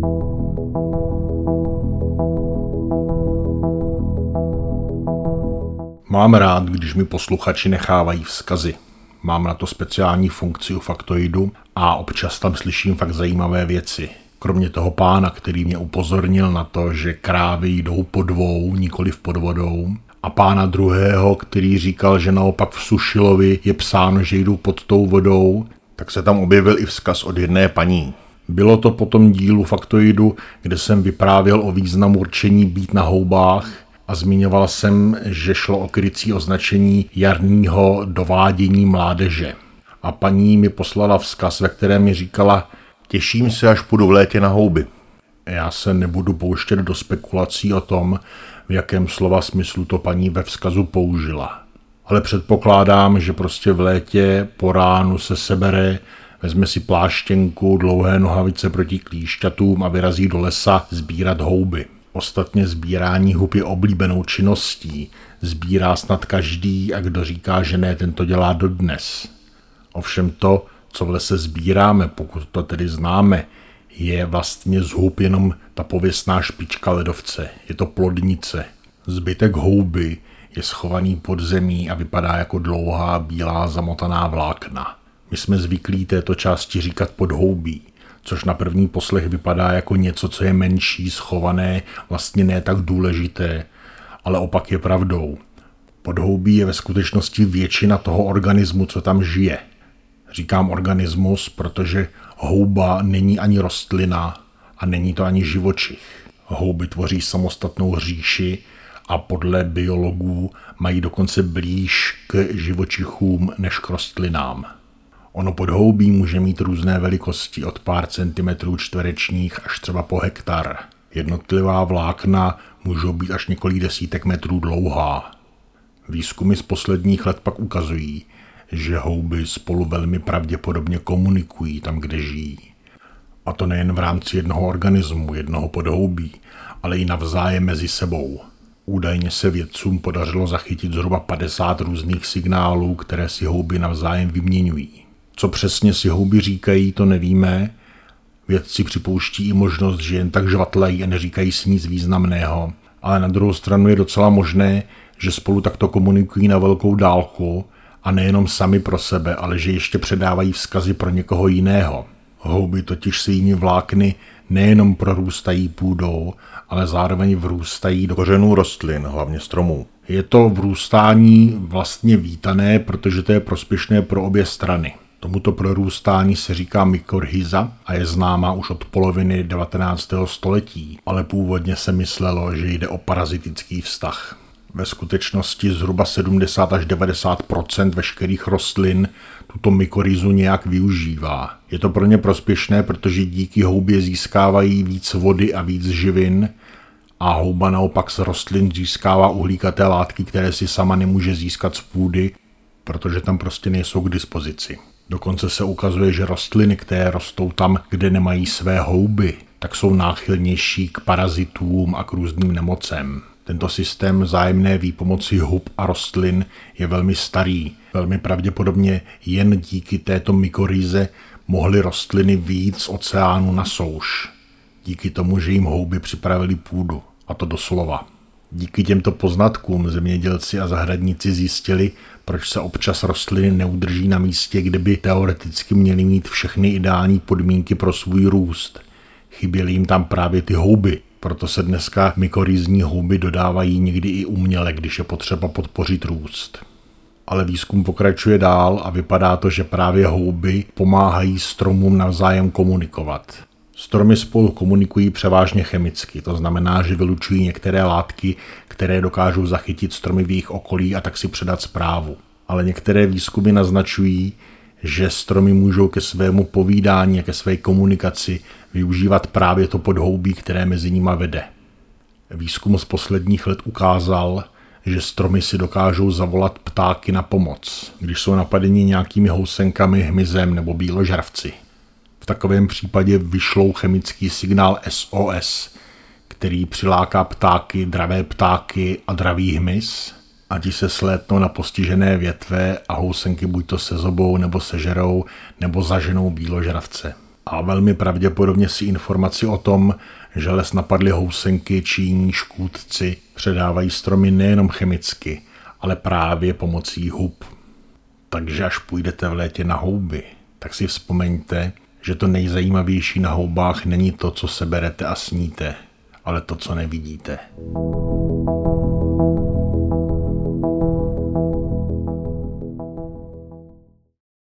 Mám rád, když mi posluchači nechávají vzkazy. Mám na to speciální funkci u Faktoidu a občas tam slyším fakt zajímavé věci. Kromě toho pána, který mě upozornil na to, že krávy jdou pod dvou, nikoliv pod vodou, a pána druhého, který říkal, že naopak v Sušilovi je psáno, že jdou pod tou vodou, tak se tam objevil i vzkaz od jedné paní. Bylo to po tom dílu Faktoidu, kde jsem vyprávěl o významu určení být na houbách a zmiňoval jsem, že šlo o krycí označení jarního dovádění mládeže. A paní mi poslala vzkaz, ve kterém mi říkala: těším se, až půjdu v létě na houby. Já se nebudu pouštět do spekulací o tom, v jakém slova smyslu to paní ve vzkazu použila. Ale předpokládám, že prostě v létě po ránu se sebere, vezme si pláštěnku, dlouhé nohavice proti klíšťatům a vyrazí do lesa sbírat houby. Ostatně sbírání hub je oblíbenou činností. Sbírá snad každý, a kdo říká, že ne, ten to dělá dodnes. Ovšem to, co v lese sbíráme, pokud to tedy známe, je vlastně z hub jenom ta pověstná špička ledovce. Je to plodnice. Zbytek houby je schovaný pod zemí a vypadá jako dlouhá bílá zamotaná vlákna. My jsme zvyklí této části říkat podhoubí, což na první poslech vypadá jako něco, co je menší, schované, vlastně ne tak důležité, ale opak je pravdou. Podhoubí je ve skutečnosti většina toho organismu, co tam žije. Říkám organismus, protože houba není ani rostlina a není to ani živočich. Houby tvoří samostatnou říši a podle biologů mají dokonce blíž k živočichům než k rostlinám. Ono podhoubí může mít různé velikosti, od pár centimetrů čtverečních až třeba po hektar. Jednotlivá vlákna můžou být až několik desítek metrů dlouhá. Výzkumy z posledních let pak ukazují, že houby spolu velmi pravděpodobně komunikují tam, kde žijí. A to nejen v rámci jednoho organismu, jednoho podhoubí, ale i navzájem mezi sebou. Údajně se vědcům podařilo zachytit zhruba 50 různých signálů, které si houby navzájem vyměňují. Co přesně si houby říkají, to nevíme. Vědci připouští i možnost, že jen tak žvatlají a neříkají si nic významného. Ale na druhou stranu je docela možné, že spolu takto komunikují na velkou dálku a nejenom sami pro sebe, ale že ještě předávají vzkazy pro někoho jiného. Houby totiž svými vlákny nejenom prorůstají půdou, ale zároveň vrůstají do kořenů rostlin, hlavně stromů. Je to vrůstání vlastně vítané, protože to je prospěšné pro obě strany. Tomuto prorůstání se říká mykorhiza a je známá už od poloviny 19. století, ale původně se myslelo, že jde o parazitický vztah. Ve skutečnosti zhruba 70 až 90% veškerých rostlin tuto mykorhizu nějak využívá. Je to pro ně prospěšné, protože díky houbě získávají víc vody a víc živin a houba naopak z rostlin získává uhlíkaté látky, které si sama nemůže získat z půdy, protože tam prostě nejsou k dispozici. Dokonce se ukazuje, že rostliny, které rostou tam, kde nemají své houby, tak jsou náchylnější k parazitům a k různým nemocem. Tento systém vzájemné výpomoci hub a rostlin je velmi starý. Velmi pravděpodobně jen díky této mykorhize mohly rostliny vyjít z oceánu na souš. Díky tomu, že jim houby připravili půdu. A to doslova. Díky těmto poznatkům zemědělci a zahradníci zjistili, proč se občas rostliny neudrží na místě, kde by teoreticky měly mít všechny ideální podmínky pro svůj růst. Chyběly jim tam právě ty houby. Proto se dneska mykorhizní houby dodávají někdy i uměle, když je potřeba podpořit růst. Ale výzkum pokračuje dál a vypadá to, že právě houby pomáhají stromům navzájem komunikovat. Stromy spolu komunikují převážně chemicky, to znamená, že vylučují některé látky, které dokážou zachytit stromy v jejich okolí a tak si předat zprávu. Ale některé výzkumy naznačují, že stromy můžou ke svému povídání a ke své komunikaci využívat právě to podhoubí, které mezi nimi vede. Výzkum z posledních let ukázal, že stromy si dokážou zavolat ptáky na pomoc, když jsou napadeni nějakými housenkami, hmyzem nebo býložravci. V takovém případě vyšlou chemický signál SOS, který přiláká ptáky, dravé ptáky a dravý hmyz, a ti se slétnou na postižené větve a housenky buď to sezobou nebo sežerou nebo zaženou býložravce. A velmi pravděpodobně si informaci o tom, že les napadly housenky či jiní škůdci, předávají stromy nejenom chemicky, ale právě pomocí hub. Takže až půjdete v létě na houby, tak si vzpomeňte, že to nejzajímavější na houbách není to, co seberete a sníte, ale to, co nevidíte.